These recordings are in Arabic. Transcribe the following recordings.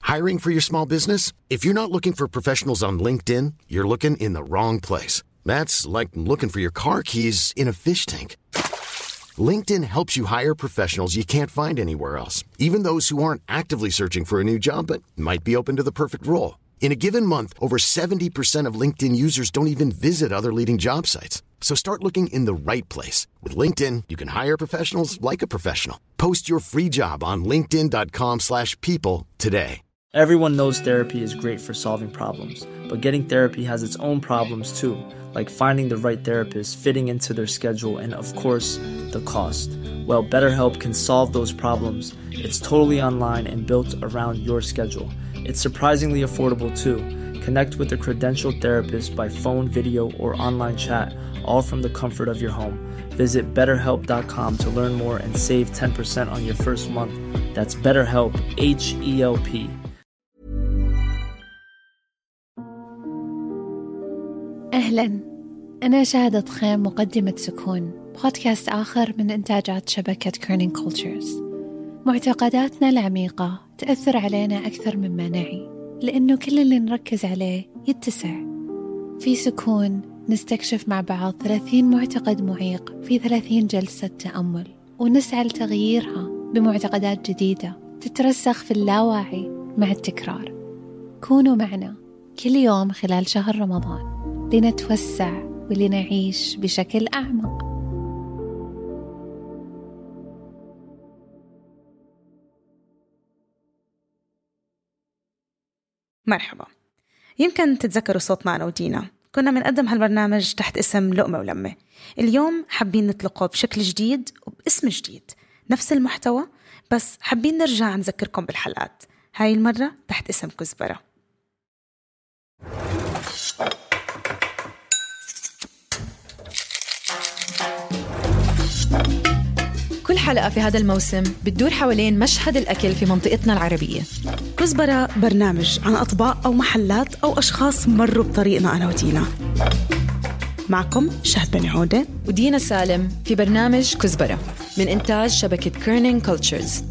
Hiring for your small business? If you're not looking for professionals on LinkedIn, you're looking in the wrong place. That's like looking for your car keys in a fish tank. LinkedIn helps you hire professionals you can't find anywhere else, even those who aren't actively searching for a new job but might be open to the perfect role. In a given month, over 70% of LinkedIn users don't even visit other leading job sites. So start looking in the right place. With LinkedIn, you can hire professionals like a professional. Post your free job on linkedin.com/people today. Everyone knows therapy is great for solving problems, but getting therapy has its own problems too, like finding the right therapist, fitting into their schedule, and of course, the cost. Well, BetterHelp can solve those problems. It's totally online and built around your schedule. It's surprisingly affordable too. Connect with a credentialed therapist by phone, video, or online chat, all from the comfort of your home. Visit BetterHelp.com to learn more and save 10% on your first month. That's BetterHelp, H-E-L-P. أهلاً، أنا شاهدة خيم، مقدمة سكون، بودكاست آخر من إنتاجات شبكة كيرنينج كولتشرز. معتقداتنا العميقة تأثر علينا أكثر مما نعي، لأنه كل اللي نركز عليه يتسع. في سكون نستكشف مع بعض 30 معتقد معيق في 30 جلسة تأمل، ونسعى لتغييرها بمعتقدات جديدة تترسخ في اللاواعي مع التكرار. كونوا معنا كل يوم خلال شهر رمضان لنتوسع ولنعيش بشكل أعمق. مرحبا. يمكن تتذكروا صوتنا أنا ودينا، كنا بنقدم هالبرنامج تحت اسم لقمة ولمة. اليوم حابين نطلقه بشكل جديد وباسم جديد، نفس المحتوى بس حابين نرجع نذكركم بالحلقات، هاي المرة تحت اسم كزبرة. كل حلقة في هذا الموسم بتدور حوالين مشهد الأكل في منطقتنا العربية. كزبرة برنامج عن أطباق أو محلات أو أشخاص مروا بطريقنا أنا ودينا. معكم شهد بن عودة ودينا سالم في برنامج كزبرة من إنتاج شبكة كيرنينج كولتشرز.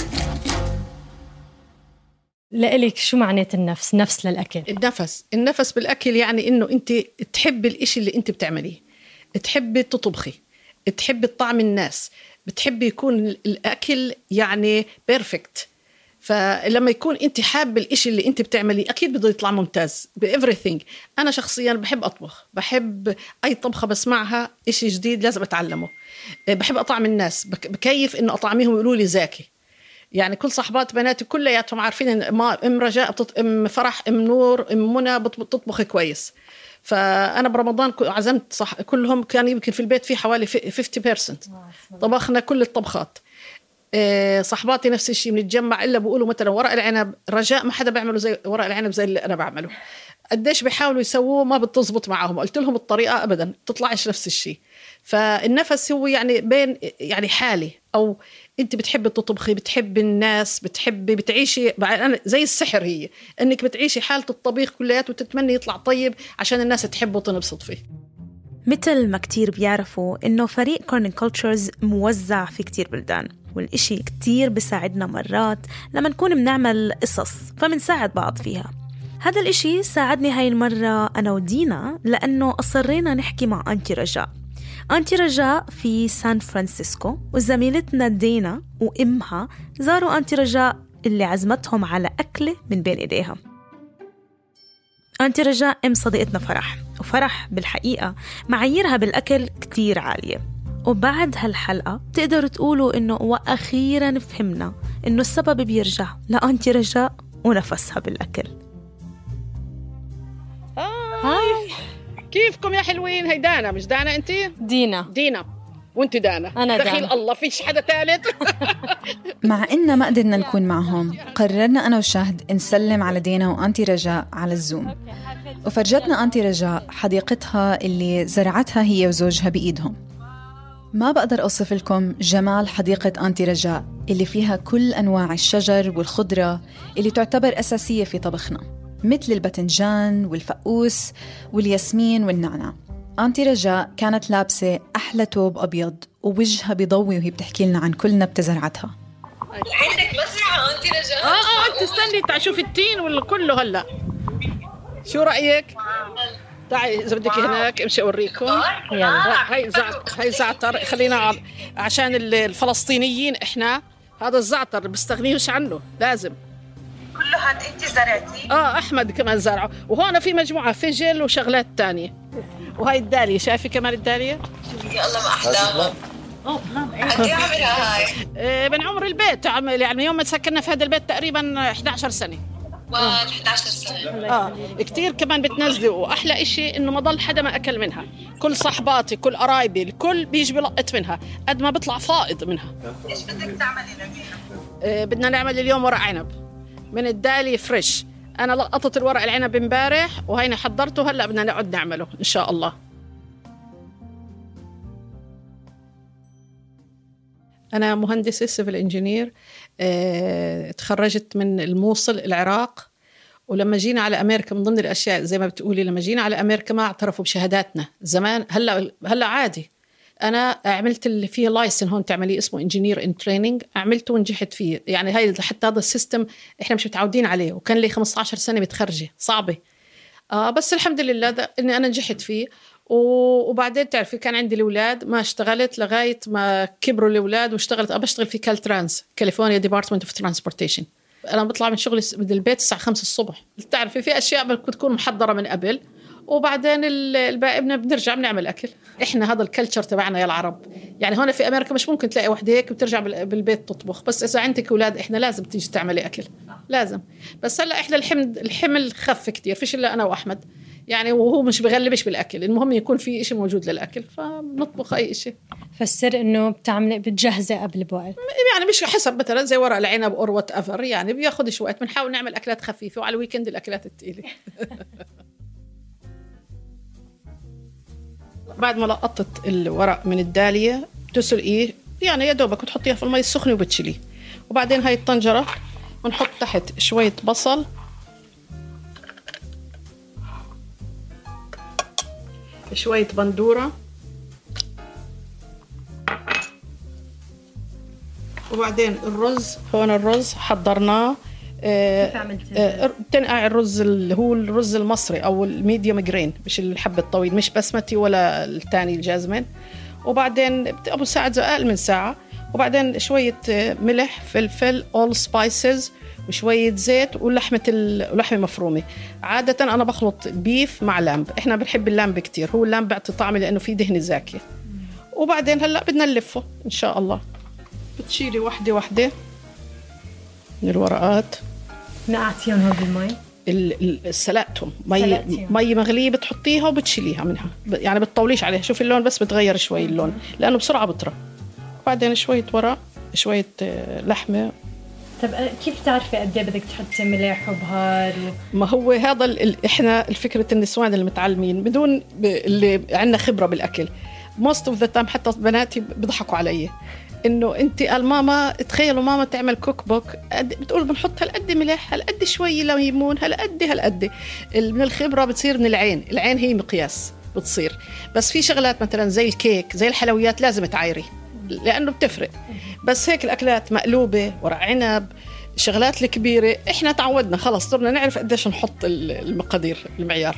لإلك شو معنات النفس؟ نفس للأكل. النفس بالأكل يعني إنه أنت تحب الإشي اللي أنت بتعمليه، تحبي تطبخي، تحبي طعم الناس، بتحبي يكون الأكل يعني بيرفكت. فلما يكون أنت حابة الإشي اللي أنت بتعمليه أكيد بده يطلع ممتاز بإفريثينج. أنا شخصياً بحب أطبخ، بحب أي طبخة بسمعها إشي جديد لازم أتعلمه. بحب أطعم الناس، بكيف إنه أطعميهم يقولوا لي زاكي. يعني كل صاحبات بناتي كلياتهم عارفين إن أم رجاء أم فرح أم نور أم منى بتطبخ كويس. فأنا برمضان عزمت صح كلهم، كان يمكن في البيت في حوالي 50% طبخنا كل الطبخات. صحباتي نفس الشيء، بنتجمع إلا بيقولوا مثلا ورق العنب رجاء ما حدا بيعمله زي ورق العنب زي اللي أنا بعمله. قديش بيحاولوا يسووه ما بتزبط معهم، قلت لهم الطريقة أبدا تطلعش نفس الشيء. فالنفس هو يعني بين يعني حالي، أو أنت بتحبي تطبخي، بتحبي الناس، بتحبي بتعيشي زي السحر، هي أنك بتعيشي حالة الطبيخ كليات وتتمني يطلع طيب عشان الناس تحبه وتنبسط فيه. مثل ما كتير بيعرفوا إنه فريق كيرنينج كولتشرز موزع في كتير بلدان، والإشي كتير بيساعدنا مرات لما نكون بنعمل قصص فمنساعد بعض فيها. هذا الإشي ساعدني هاي المرة أنا ودينا، لأنه أصرينا نحكي مع أنتي رجاء. أنتي رجاء في سان فرانسيسكو، وزميلتنا دينا وإمها زاروا أنتي رجاء اللي عزمتهم على أكلة من بين إيديها. أنتي رجاء أم صديقتنا فرح، وفرح بالحقيقة معاييرها بالأكل كتير عالية. وبعد هالحلقة تقدروا تقولوا إنه وأخيراً فهمنا إنه السبب بيرجع لأنتي رجاء ونفسها بالأكل. هاي كيفكم يا حلوين؟ هي دانا، مش دانا انتي؟ دينا وانت دانا. أنا دخيل دانا. الله فيش حدا ثالث. مع إننا ما قدرنا نكون معهم، قررنا أنا وشهد نسلم على دينا وأنتي رجاء على الزوم، وفرجتنا أنتي رجاء حديقتها اللي زرعتها هي وزوجها بإيدهم. ما بقدر أوصف لكم جمال حديقة أنتي رجاء اللي فيها كل أنواع الشجر والخضرة اللي تعتبر أساسية في طبخنا، مثل الباذنجان والفقوس والياسمين والنعناع. أنتي رجاء كانت لابسة أحلى توب أبيض ووجهها بيضوي وهي بتحكي لنا عن كل نبتة زرعتها. عندك مزرعة أنتي رجاء؟ أنتي تستني تعال شوف التين ولا كله هلا. شو رأيك؟ تعي إذا بدك هناك امشي أوريكم. يلا هاي زعتر. خلينا عشان الفلسطينيين إحنا هذا الزعتر بستغنيوش عنه لازم. كلها أنت زرعتي؟ أحمد كمان زرعه. وهون في مجموعة فجل وشغلات تانية. وهاي الدالية شايفة كمان الدالية؟ يا الله ما أحلاها. قد إيه عمرها هاي؟ من عمر البيت يعني يوم ما سكننا في هذا البيت تقريبا 11 سنة. 11 سنة. كتير كمان بتنزلي. وأحلى إشي إنه ما ضل حدا ما أكل منها. كل صحباتي كل قرايبي الكل بيجي بلقط منها قد ما بيطلع فائض منها. إيش بدك تعملي لليوم؟ بدنا نعمل اليوم ورق عنب من الدالي فريش. أنا لقطت الورق العنب امبارح وهينا حضرته. هلأ بدنا نقعد نعمله إن شاء الله. أنا مهندسة سيفل إنجينير. تخرجت من الموصل العراق. ولما جينا على أمريكا من ضمن الأشياء زي ما بتقولي لما جينا على أمريكا ما اعترفوا بشهاداتنا زمان. هلأ عادي. أنا عملت اللي فيه لايسن هون تعمليه اسمه إنجينير إن تريننج. عملته ونجحت فيه. يعني هاي حتى هذا السيستم إحنا مش متعودين عليه. وكان لي 15 سنة متخرجة صعبة. بس الحمد لله إني أنا نجحت فيه. وبعدين تعرفي كان عندي الأولاد ما اشتغلت لغاية ما كبروا الأولاد واشتغلت. بشتغل في كالترانس كاليفورنيا ديبارتمنت اوف ترانسبورتيشن. أنا بطلع من شغلي من البيت الساعة 5 الصبح. تعرفي في أشياء بتكون محضرة من قبل وبعدين الباقي بنرجع بنعمل أكل. إحنا هذا الكلتشر تبعنا يا العرب. يعني هون في أمريكا مش ممكن تلاقي واحدة هيك بترجع بالبيت تطبخ. بس إذا عندك أولاد إحنا لازم تيجي تعملي أكل لازم. بس هلا إحنا الحمل خف كتير. فيش إلا أنا وأحمد يعني. وهو مش بغلبش بالأكل. المهم يكون في إشي موجود للأكل فبنطبخ أي إشي. فالسر إنه بتجهزي قبل بوقت. يعني مش حسب مثلا زي ورق العنب أو وات أفر. يعني بياخدش وقت. بنحاول نعمل أكلات خفيفة وعلى الويكند الأكلات الثقيلة. بعد ما لقطت الورق من الدالية بتسلقيه يعني يا دوبك وتحطيها في المي السخنة وبتشيليه. وبعدين هاي الطنجرة ونحط تحت شوية بصل شوية بندورة وبعدين الرز. هون الرز حضرناه. تنقع الرز اللي هو الرز المصري أو الميديوم جرين مش الحب الطويل مش بسمتي ولا التاني الجازمين. وبعدين أبو ساعة أقل من ساعة. وبعدين شوية ملح فلفل all spices وشوية زيت ولحمة مفرومة. عادة أنا بخلط بيف مع لامب. إحنا بنحب اللامب كتير. هو اللامب بيعطي طعم لأنه فيه دهن زاكية. وبعدين هلأ بدنا نلفه إن شاء الله. بتشيلي واحدة من الورقات نقعتيهم هون بالمي. سلقتهم مي مغلية بتحطيها وبتشيليها منها. يعني بتطوليش عليها. شوفي اللون بس بتغير شوي اللون لأنه بسرعة بطرى. بعدين شوية ورق شوية لحمة. طب كيف تعرفي قد ايه بدك تحطي ملح وبهار ما هو هذا احنا الفكرة النسوان المتعلمين بدون اللي عندنا خبرة بالأكل most of the time. حتى بناتي بيضحكوا علي إنه أنت الماما تخيلوا ماما تعمل كوك بوك بتقول بنحط هالقد ملح هالقد شوي ليمون هالقد من الخبرة بتصير من العين هي مقياس بتصير. بس في شغلات مثلا زي الكيك زي الحلويات لازم تعايري لأنه بتفرق. بس هيك الأكلات مقلوبة ورق عنب شغلات الكبيرة إحنا تعودنا خلاص صرنا نعرف قديش نحط المقادير المعيار.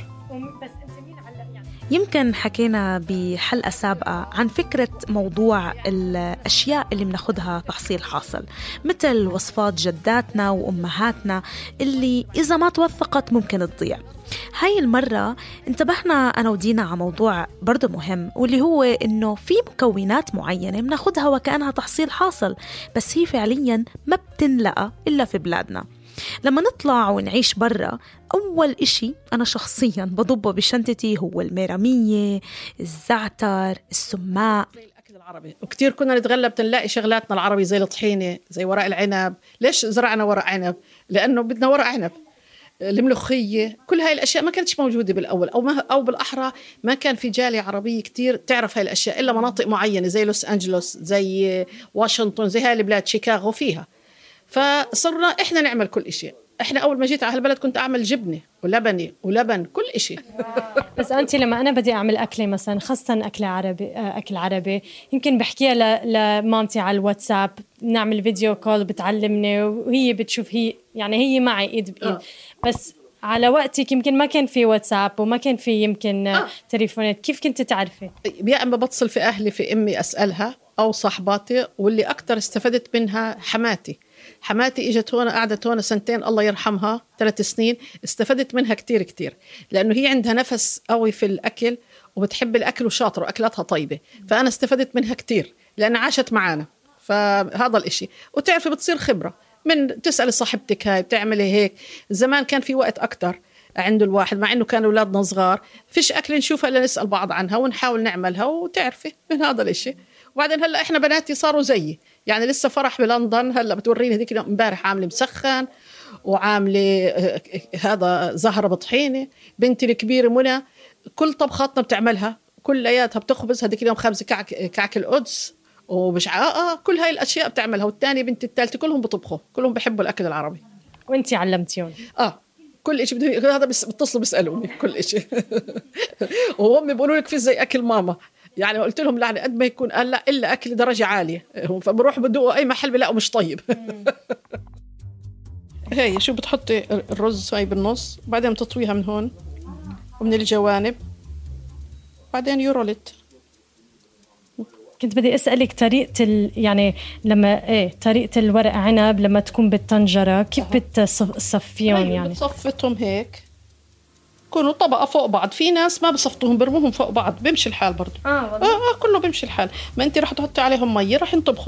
يمكن حكينا بحلقة سابقة عن فكرة موضوع الأشياء اللي بناخدها تحصيل حاصل مثل وصفات جداتنا وأمهاتنا اللي إذا ما توثقت ممكن تضيع. هاي المرة انتبهنا أنا ودينا على موضوع برضو مهم واللي هو إنه في مكونات معينة بناخدها وكأنها تحصيل حاصل بس هي فعليا ما بتنلقى إلا في بلادنا. لما نطلع ونعيش برا أول إشي أنا شخصياً بضبه بشنطتي هو الميرامية الزعتر السماء الأكل العربي. وكتير كنا نتغلب تنلاقي شغلاتنا العربي زي الطحينة زي ورق العنب. ليش زرعنا ورق عنب؟ لأنه بدنا ورق عنب. الملوخية كل هاي الأشياء ما كانتش موجودة بالأول أو بالأحرى ما كان في جالية عربية كتير تعرف هاي الأشياء إلا مناطق معينة زي لوس أنجلوس زي واشنطن زي هاي البلاد شيكاغو فيها. فصرنا إحنا نعمل كل إشي. إحنا أول ما جيت على هالبلد كنت أعمل جبنة ولبن كل إشي. بس أنت لما أنا بدي أعمل أكلة مثلا خاصة أكل عربي يمكن بحكيها لمامتي على الواتساب نعمل فيديو كول بتعلمني وهي بتشوف هي يعني هي معي ايد بايد. بس على وقتك يمكن ما كان في واتساب وما كان في يمكن تليفونات، كيف كنت تعرفي؟ يا اما بتصل في اهلي في امي اسالها او صاحباتي، واللي اكثر استفدت منها حماتي اجت هون قعدت هون سنتين الله يرحمها 3 سنين، استفدت منها كتير لانه هي عندها نفس قوي في الاكل وبتحب الاكل وشاطره واكلاتها طيبه، فانا استفدت منها كتير لان عاشت معانا. فهذا الاشي، وتعرفي بتصير خبره من تسال صاحبتك هاي بتعملي هيك. زمان كان في وقت اكتر عنده الواحد، مع انه كانوا اولادنا صغار فيش اكل نشوفها الا نسال بعض عنها ونحاول نعملها، وتعرفي من هذا الاشي. وبعدين هلا احنا بناتي صاروا زيي، يعني لسه فرح بلندن هلا بتوريني هذيك امبارح عامله مسخن وعامله هذا زهره بطحينه. بنتي الكبيره منى كل طبخاتنا بتعملها كلياتها، بتخبز هذيك اليوم خابزه كعك القدس ومش كل هاي الاشياء بتعملها. والثانيه بنتي الثالثه كلهم بطبخوا، كلهم بحبوا الاكل العربي. وانتي علمتيهم؟ كل شيء هذا بيتصلوا بيسالوني كل شيء وهم بيقولوا لك في زي اكل ماما. يعني قلت لهم لا قد ما يكون قال لا الا اكل درجه عاليه، فبروح بدوقوا اي محل بلاقوا مش طيب. هي شو بتحطي الرز هاي بالنص، بعدين بتطويها من هون ومن الجوانب، بعدين يورولت. كنت بدي أسألك طريقة يعني لما طريقة الورق عنب لما تكون بالطنجرة كيف بتصفيهم؟ يعني بتصفتهم هيك كونوا طبقة فوق بعض. في ناس ما بصفتوهم برموهم فوق بعض، بيمشي الحال برضو. كله بيمشي الحال. ما انت رح تحطي عليهم مية رح ينطبخوا.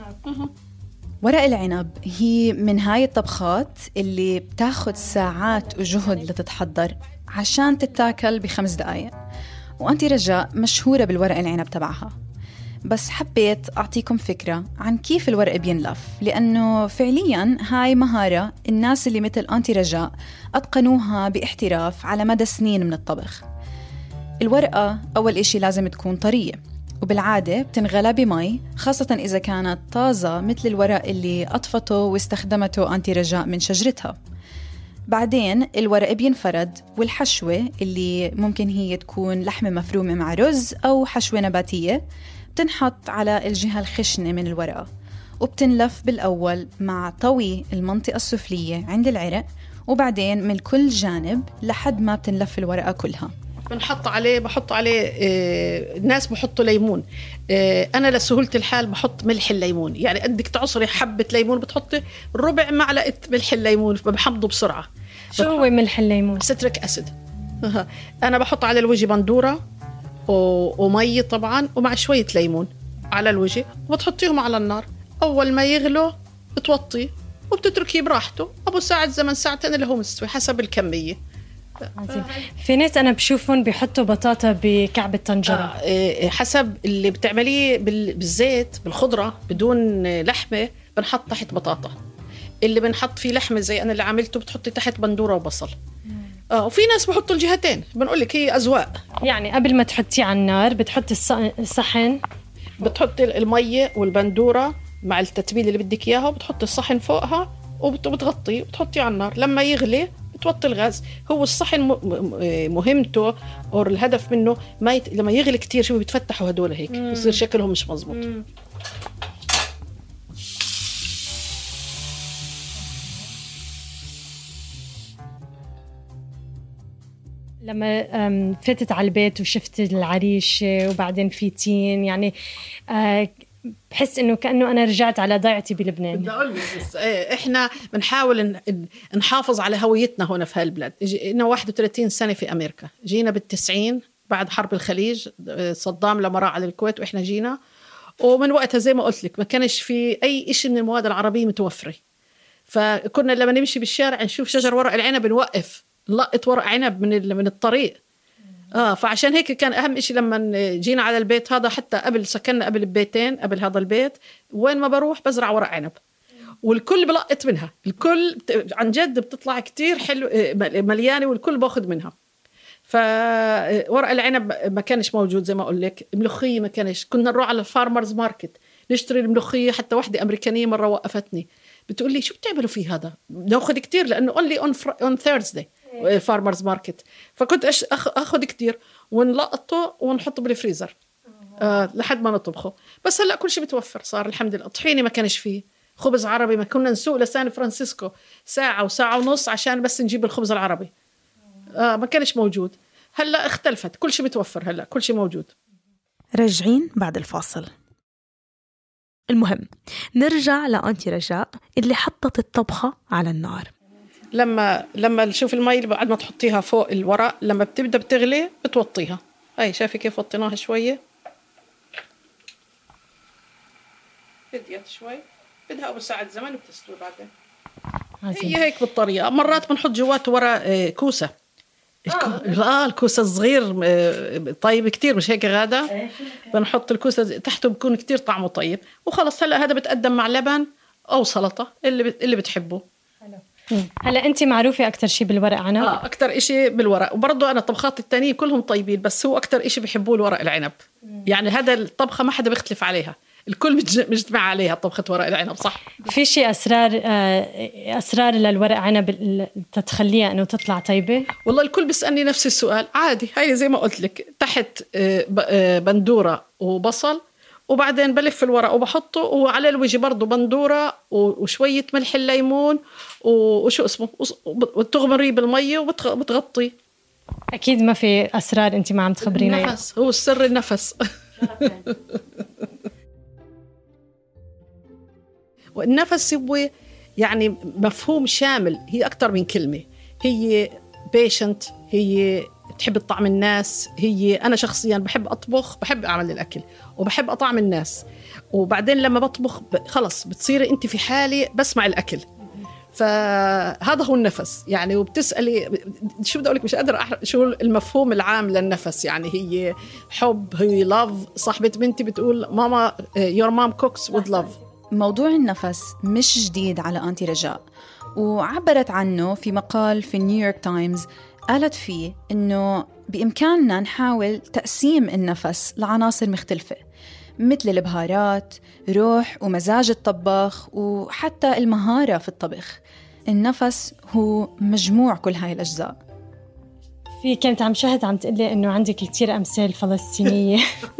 ورق العنب هي من هاي الطبخات اللي بتاخد ساعات وجهد لتتحضر عشان تتاكل ب5 دقايق، وأنتي رجاء مشهورة بالورق العنب تبعها. بس حبيت أعطيكم فكرة عن كيف الورق بينلف، لأنه فعلياً هاي مهارة الناس اللي مثل أنتي رجاء أتقنوها باحتراف على مدى سنين من الطبخ. الورقة أول إشي لازم تكون طرية، وبالعادة بتنغلى بمي، خاصة إذا كانت طازة مثل الورق اللي أطفته واستخدمته أنتي رجاء من شجرتها. بعدين الورق بينفرد، والحشوة اللي ممكن هي تكون لحمة مفرومة مع رز أو حشوة نباتية بتنحط على الجهة الخشنة من الورقة، وبتنلف بالأول مع طوي المنطقة السفلية عند العرق، وبعدين من كل جانب لحد ما بتنلف الورقة كلها. بحط عليه الناس بحطوا ليمون. أنا لسهولة الحال بحط ملح الليمون، يعني بدك تعصري حبة ليمون بتحطي ربع معلقة ملح الليمون، بحمضه بسرعة. شو هو ملح الليمون؟ ستريك أسيد. أنا بحط على الوجه بندورة ومي طبعا ومع شوية ليمون على الوجه، وبتحطيهم على النار. أول ما يغلوا بتوطيه وبتتركيه براحته أبو ساعة زمن ساعتين اللي هو مستوي حسب الكمية. في ناس أنا بشوفهم بيحطوا بطاطا بكعب الطنجرة. حسب اللي بتعمليه بالزيت بالخضرة بدون لحمة بنحط تحت بطاطا، اللي بنحط فيه لحمة زي أنا اللي عملته بتحطي تحت بندورة وبصل. وفي ناس بحطوا الجهتين، بنقولك هي أذواق. يعني قبل ما تحطيه على النار بتحطي الصحن، بتحطي المية والبندورة مع التتبيل اللي بدك إياها، وبتحطي الصحن فوقها وبتغطيه وبتحطيه على النار. لما يغلي بتوطي الغاز. هو الصحن مهمته أو الهدف منه لما يغلي كتير شو بيتفتحوا هدول هيك بصير شكلهم مش مزبوط. لما فتت على البيت وشفت العريشة وبعدين في تين، يعني بحس إنه كأنه أنا رجعت على ضيعتي بلبنان. بدي أقول بس إحنا بنحاول نحافظ على هويتنا هنا في هالبلاد. إنه 31 سنة في أمريكا، جينا بال90 بعد حرب الخليج، صدام لما راح على الكويت وإحنا جينا، ومن وقتها زي ما قلت لك ما كانش في أي إشي من المواد العربية متوفرة. فكنا لما نمشي بالشارع نشوف شجر ورق العنب نوقف نلقط ورق عنب من الطريق. فعشان هيك كان أهم إشي لما جينا على البيت هذا، حتى قبل سكننا قبل ببيتين قبل هذا البيت، وين ما بروح بزرع ورق عنب والكل بلقط منها، الكل عن جد بتطلع كتير حلو مليانة والكل باخد منها. فورق العنب ما كانش موجود زي ما أقول لك. الملوخية ما كانش، كنا نروح على الفارمرز ماركت نشتري الملوخية. حتى واحدة أمريكانية مرة وقفتني بتقول لي شو بتعملوا فيه هذا، ناخد كتير لأنه only on Thursday فارمرز ماركت. فكنت أخذ كتير ونلقطه ونحطه بالفريزر لحد ما نطبخه. بس هلأ كل شيء متوفر صار الحمد لله. طحيني ما كانش فيه، خبز عربي ما كنا نسوق لسان فرانسيسكو ساعة وساعة ونص عشان بس نجيب الخبز العربي. ما كانش موجود. هلأ اختلفت، كل شيء متوفر، هلأ كل شيء موجود. راجعين بعد الفاصل. المهم نرجع لأنتي رجاء اللي حطت الطبخة على النار. لما نشوف المي بعد ما تحطيها فوق الورق لما بتبدأ بتغلي بتوطيها. هاي شايفة كيف وطيناها شوية، بديت شوي، بدها أبو ساعة زمن وبتستوي بعدين. هي هيك بالطريقة. مرات بنحط جوات ورق كوسة. الكوسة الصغير طيب كتير، مش هيك غادة؟ بنحط الكوسة تحته بيكون كتير طعمه طيب. وخلص هلأ هذا بتقدم مع لبن أو سلطة اللي بتحبه. هلا انت معروفه اكثر شيء بالورق عنب. اكثر شيء بالورق، وبرضه انا طبخات التانية كلهم طيبين، بس هو اكثر شيء بحبوه الورق العنب. يعني هذا الطبخه ما حدا بيختلف عليها، الكل مجتمع عليها طبخه ورق العنب. صح. في شيء اسرار للورق عنب تتخليها انه تطلع طيبه؟ والله الكل بيسالني نفس السؤال عادي. هاي زي ما قلت لك، تحت بندوره وبصل، وبعدين بلف الورق وبحطه، وعلى الوجه برضه بندورة وشوية ملح الليمون وشو اسمه، وتغمريه بالمية وبتغطي. أكيد ما في أسرار أنت ما عم تخبرينا. النفس هو السر، النفس. والنفس هو يعني مفهوم شامل، هي أكتر من كلمة. هي patient، هي تحب طعم الناس. هي أنا شخصياً بحب أطبخ، بحب أعمل الأكل وبحب أطعم الناس. وبعدين لما بطبخ خلص بتصيري أنت في حالي بسمع الأكل. فهذا هو النفس يعني. وبتسألي شو بدي أقولك، مش قادر شو المفهوم العام للنفس. يعني هي حب، هي love. صاحبة بنتي بتقول ماما your mom cooks with love. موضوع النفس مش جديد على أنتي رجاء، وعبرت عنه في مقال في نيويورك تايمز. قالت فيه إنه بإمكاننا نحاول تقسيم النفس لعناصر مختلفة، مثل البهارات، روح ومزاج الطباخ، وحتى المهارة في الطبخ. النفس هو مجموع كل هاي الأجزاء. في كنت عم شاهد عم تقلي إنه عندك كتير أمثال فلسطينية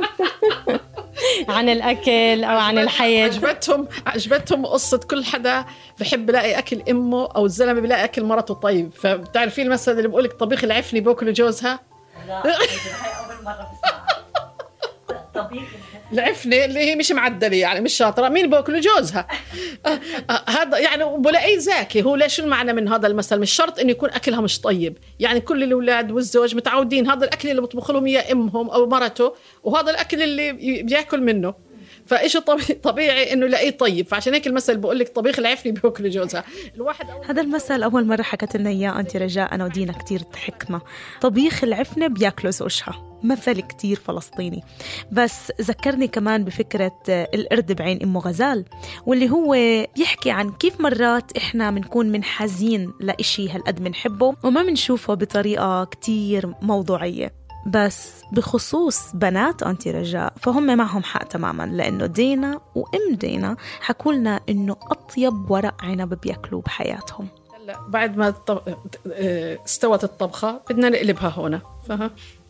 عن الأكل أو عن الحياة. عجبتهم قصة كل حدا بحب يلاقي أكل أمه، أو الزلمة بيلاقي أكل مرته طيب. فبتعرفي المثل اللي بقولك طبيخ العفني بأكل جوزها؟ لا، هاي أول مرة بسمعها. طبيخ العفنة اللي هي مش معدلة يعني مش شاطرة، مين بأكل جوزها؟ هذا يعني بلاقيه ذكي. هو ليش المعنى من هذا المثل؟ مش شرط إنه يكون أكلها مش طيب. يعني كل الأولاد والزوج متعودين هذا الأكل اللي بطبخ لهم إياه أمهم أو مرته، وهذا الأكل اللي بيأكل منه. فإيش طبيعي إنه لاقيه طيب. فعشان هيك المثل بقول لك طبيخ العفني بأكل جوزها. هذا المثل أول مرة حكت لنا إياه أنتي رجاء، أنا ودينا كتير ضحكنا. طبيخ العفنة بياكلوا زوجها، مثل كتير فلسطيني. بس ذكرني كمان بفكرة القرد بعين أمه غزال، واللي هو يحكي عن كيف مرات إحنا منكون منحزين لإشي هالقد منحبه وما منشوفه بطريقة كتير موضوعية. بس بخصوص بنات أنتي رجاء فهم معهم حق تماما، لأنه دينا وأم دينا حكولنا إنه أطيب ورق عنب بياكلوه بحياتهم. بعد ما استوت الطبخة بدنا نقلبها هنا. فهم؟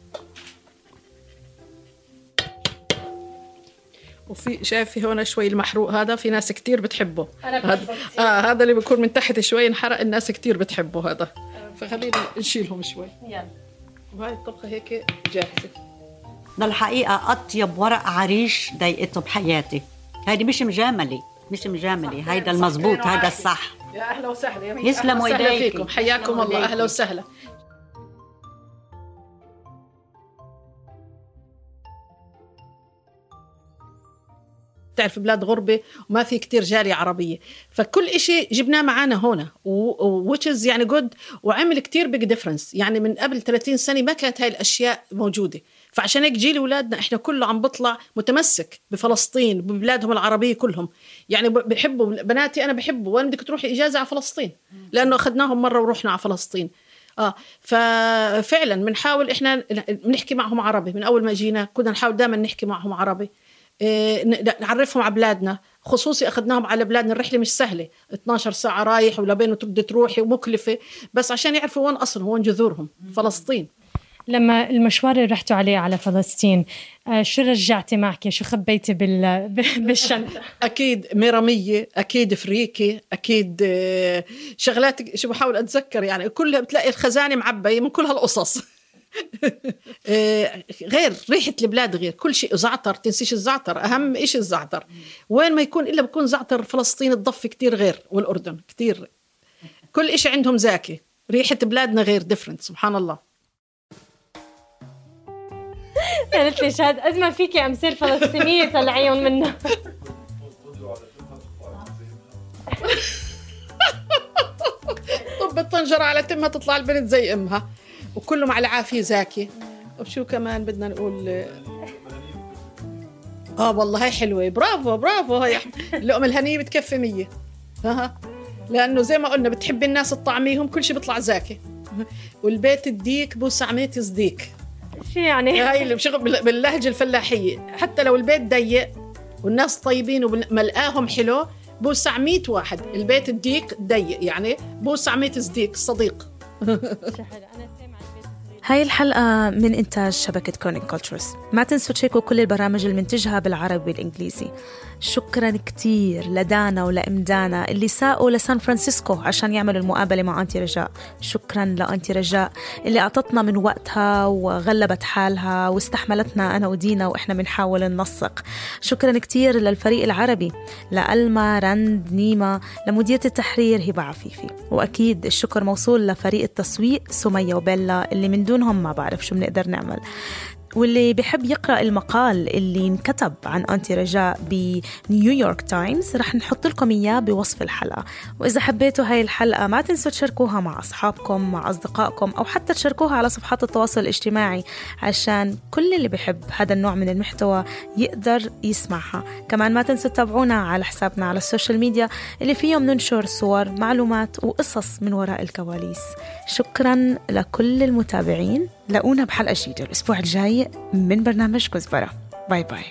وفي شايفي هنا شوي المحروق هذا، في ناس كتير بتحبه. هذا اللي بيكون من تحت شوي انحرق، الناس كتير بتحبه هذا. فخلينا نشيلهم شوي. يلا. وهاي الطبخة هيك جاهزة. ده الحقيقة أطيب ورق عريش ضايقته بحياتي. هيدي مش مجاملة، هيدا المزبوط، هيدا الصح. يا أهلا وسهلا. يسلموا إيديكم، حياكم الله. أهلا وسهلا. تعرف بلاد غربة وما في كتير جالية عربية، فكل إشي جبناه معانا هنا which is يعني good، وعمل كتير big difference. يعني من قبل 30 سنة ما كانت هاي الأشياء موجودة. فعشان هيك جيل أولادنا إحنا كله عم بطلع متمسك بفلسطين ببلادهم العربية كلهم. يعني بحبوا بناتي، أنا بحبه، وأنا بدك تروحي إجازة على فلسطين لأنه أخذناهم مرة ورحنا على فلسطين. ففعلا بنحاول إحنا نحكي معهم عربي. من أول ما جينا كنا نحاول دائما نحكي معهم عربي، نعرفهم على بلادنا. خصوصي أخذناهم على بلادنا. الرحلة مش سهلة، 12 ساعة رايح ولا بينه تبدأ تروحي ومكلفة، بس عشان يعرفوا وين أصلهم وين جذورهم، فلسطين. لما المشوار اللي رحتوا عليه على فلسطين، شو رجعتي معك؟ شو خبيتي بالشنطة؟ أكيد ميرامية، أكيد فريكي، أكيد شغلات شو بحاول أتذكر يعني كلها بتلاقي الخزانة معبية من كل هالقصص. غير ريحة البلاد، غير كل شيء. زعتر، تنسيش الزعتر، أهم إشي الزعتر. وين ما يكون إلا بكون زعتر فلسطين الضفة كتير غير، والأردن كتير. كل إشي عندهم زاكي. ريحة بلادنا غير ديفرنت، سبحان الله. قالت لي شهد قد ما فيكي أمثال فلسطينية طلعيهم منها. طب الطنجرة على تمها تطلع البنت زي أمها، وكله مع العافية زاكي. وشو كمان بدنا نقول؟ والله هاي حلوة، برافو برافو. هاي اللقمة الهنية بتكفي 100. لأنه زي ما قلنا بتحب الناس تطعميهم، كل شيء بيطلع زاكي. والبيت الديك بوس عميت يصديك. شو يعني؟ هاي اللي بشغل باللهجة الفلاحية. حتى لو البيت ضيق والناس طيبين وملقاهم حلو، بوس 100 واحد. البيت الديك ضيق يعني بوس 100 صديق صديق. هاي الحلقة من إنتاج شبكة كورنينج كولتشرز. ما تنسوا تشيكوا كل البرامج اللي منتجها بالعربي والإنجليزي. شكرا كتير لدانا ولإمدانا اللي ساقوا لسان فرانسيسكو عشان يعملوا المقابلة مع أنتي رجاء. شكرا لأنتي رجاء اللي أعطتنا من وقتها وغلبت حالها واستحملتنا أنا ودينا وإحنا بنحاول ننسق. شكرا كتير للفريق العربي، لألما، رند، نيمة، لمديرة التحرير هبة عفيفي، وأكيد الشكر موصول لفريق التسويق سمية وبيلا اللي من دونهم ما بعرف شو بنقدر نعمل. واللي بيحب يقرأ المقال اللي انكتب عن أنتي رجاء بنيويورك تايمز رح نحط لكم إياه بوصف الحلقة. وإذا حبيتوا هاي الحلقة ما تنسوا تشاركوها مع أصحابكم، مع أصدقائكم، أو حتى تشاركوها على صفحات التواصل الاجتماعي عشان كل اللي بيحب هذا النوع من المحتوى يقدر يسمعها. كمان ما تنسوا تتابعونا على حسابنا على السوشيال ميديا اللي فيهم ننشر صور، معلومات وقصص من وراء الكواليس. شكرا لكل المتابعين. لاقونا بحلقة جديدة الأسبوع الجاي من برنامج كزبرة. باي باي.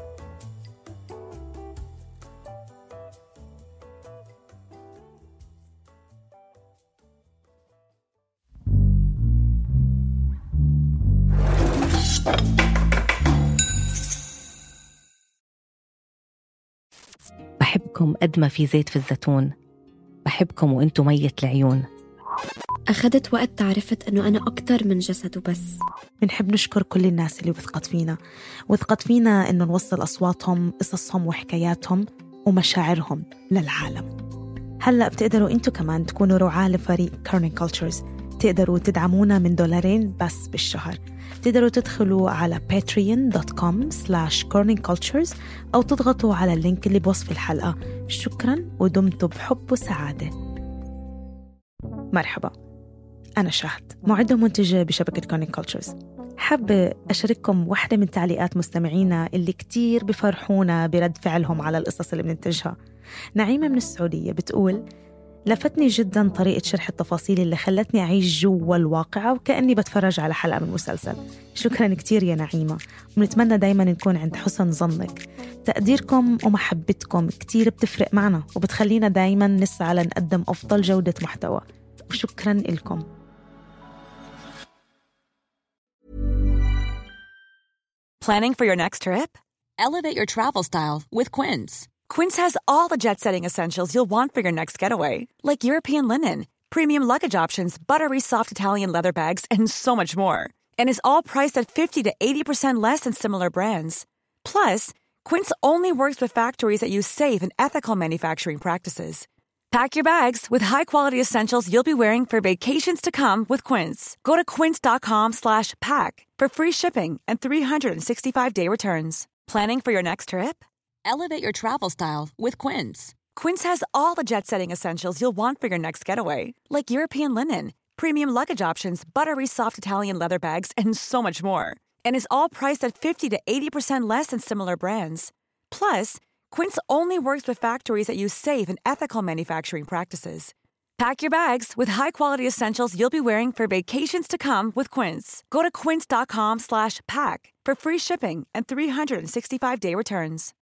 بحبكم قد ما في زيت في الزيتون، بحبكم وانتو مية العيون. أخذت وقت تعرفت أنه أنا أكتر من جسد وبس. بنحب نشكر كل الناس اللي وثقت فينا إنه نوصل أصواتهم، قصصهم وحكاياتهم ومشاعرهم للعالم. هلأ بتقدروا أنتوا كمان تكونوا رعاة لفريق كورنينج كولتشرز. تقدروا تدعمونا من $2 بس بالشهر. تقدروا تدخلوا على patreon.com/corningcultures أو تضغطوا على اللينك اللي بوصف الحلقة. شكراً ودمتوا بحب وسعادة. مرحبا، أنا شهد، معدة ومنتجة بشبكة كورنينج كولتشرز. حابة أشارككم واحدة من تعليقات مستمعينا اللي كتير بفرحونا برد فعلهم على القصص اللي بننتجها. نعيمة من السعودية بتقول: لفتني جدا طريقة شرح التفاصيل اللي خلتني أعيش جوا الواقعة وكأني بتفرج على حلقة من مسلسل. شكرا كتير يا نعيمة، ونتمنى دايما نكون عند حسن ظنك. تقديركم ومحبتكم كتير بتفرق معنا وبتخلينا دايما نسعى لنقدم أفضل جودة محتوى، وشكرا لكم. Planning for your next trip? Elevate your travel style with Quince. Quince has all the jet-setting essentials you'll want for your next getaway, like European linen, premium luggage options, buttery soft Italian leather bags, and so much more. And is all priced at 50 to 80% less than similar brands. Plus, Quince only works with factories that use safe and ethical manufacturing practices. Pack your bags with high-quality essentials you'll be wearing for vacations to come with Quince. Go to quince.com/pack for free shipping and 365-day returns. Planning for your next trip? Elevate your travel style with Quince. Quince has all the jet-setting essentials you'll want for your next getaway, like European linen, premium luggage options, buttery soft Italian leather bags, and so much more. And is all priced at 50 to 80% less than similar brands. Plus, Quince only works with factories that use safe and ethical manufacturing practices. Pack your bags with high-quality essentials you'll be wearing for vacations to come with Quince. Go to quince.com/pack for free shipping and 365-day returns.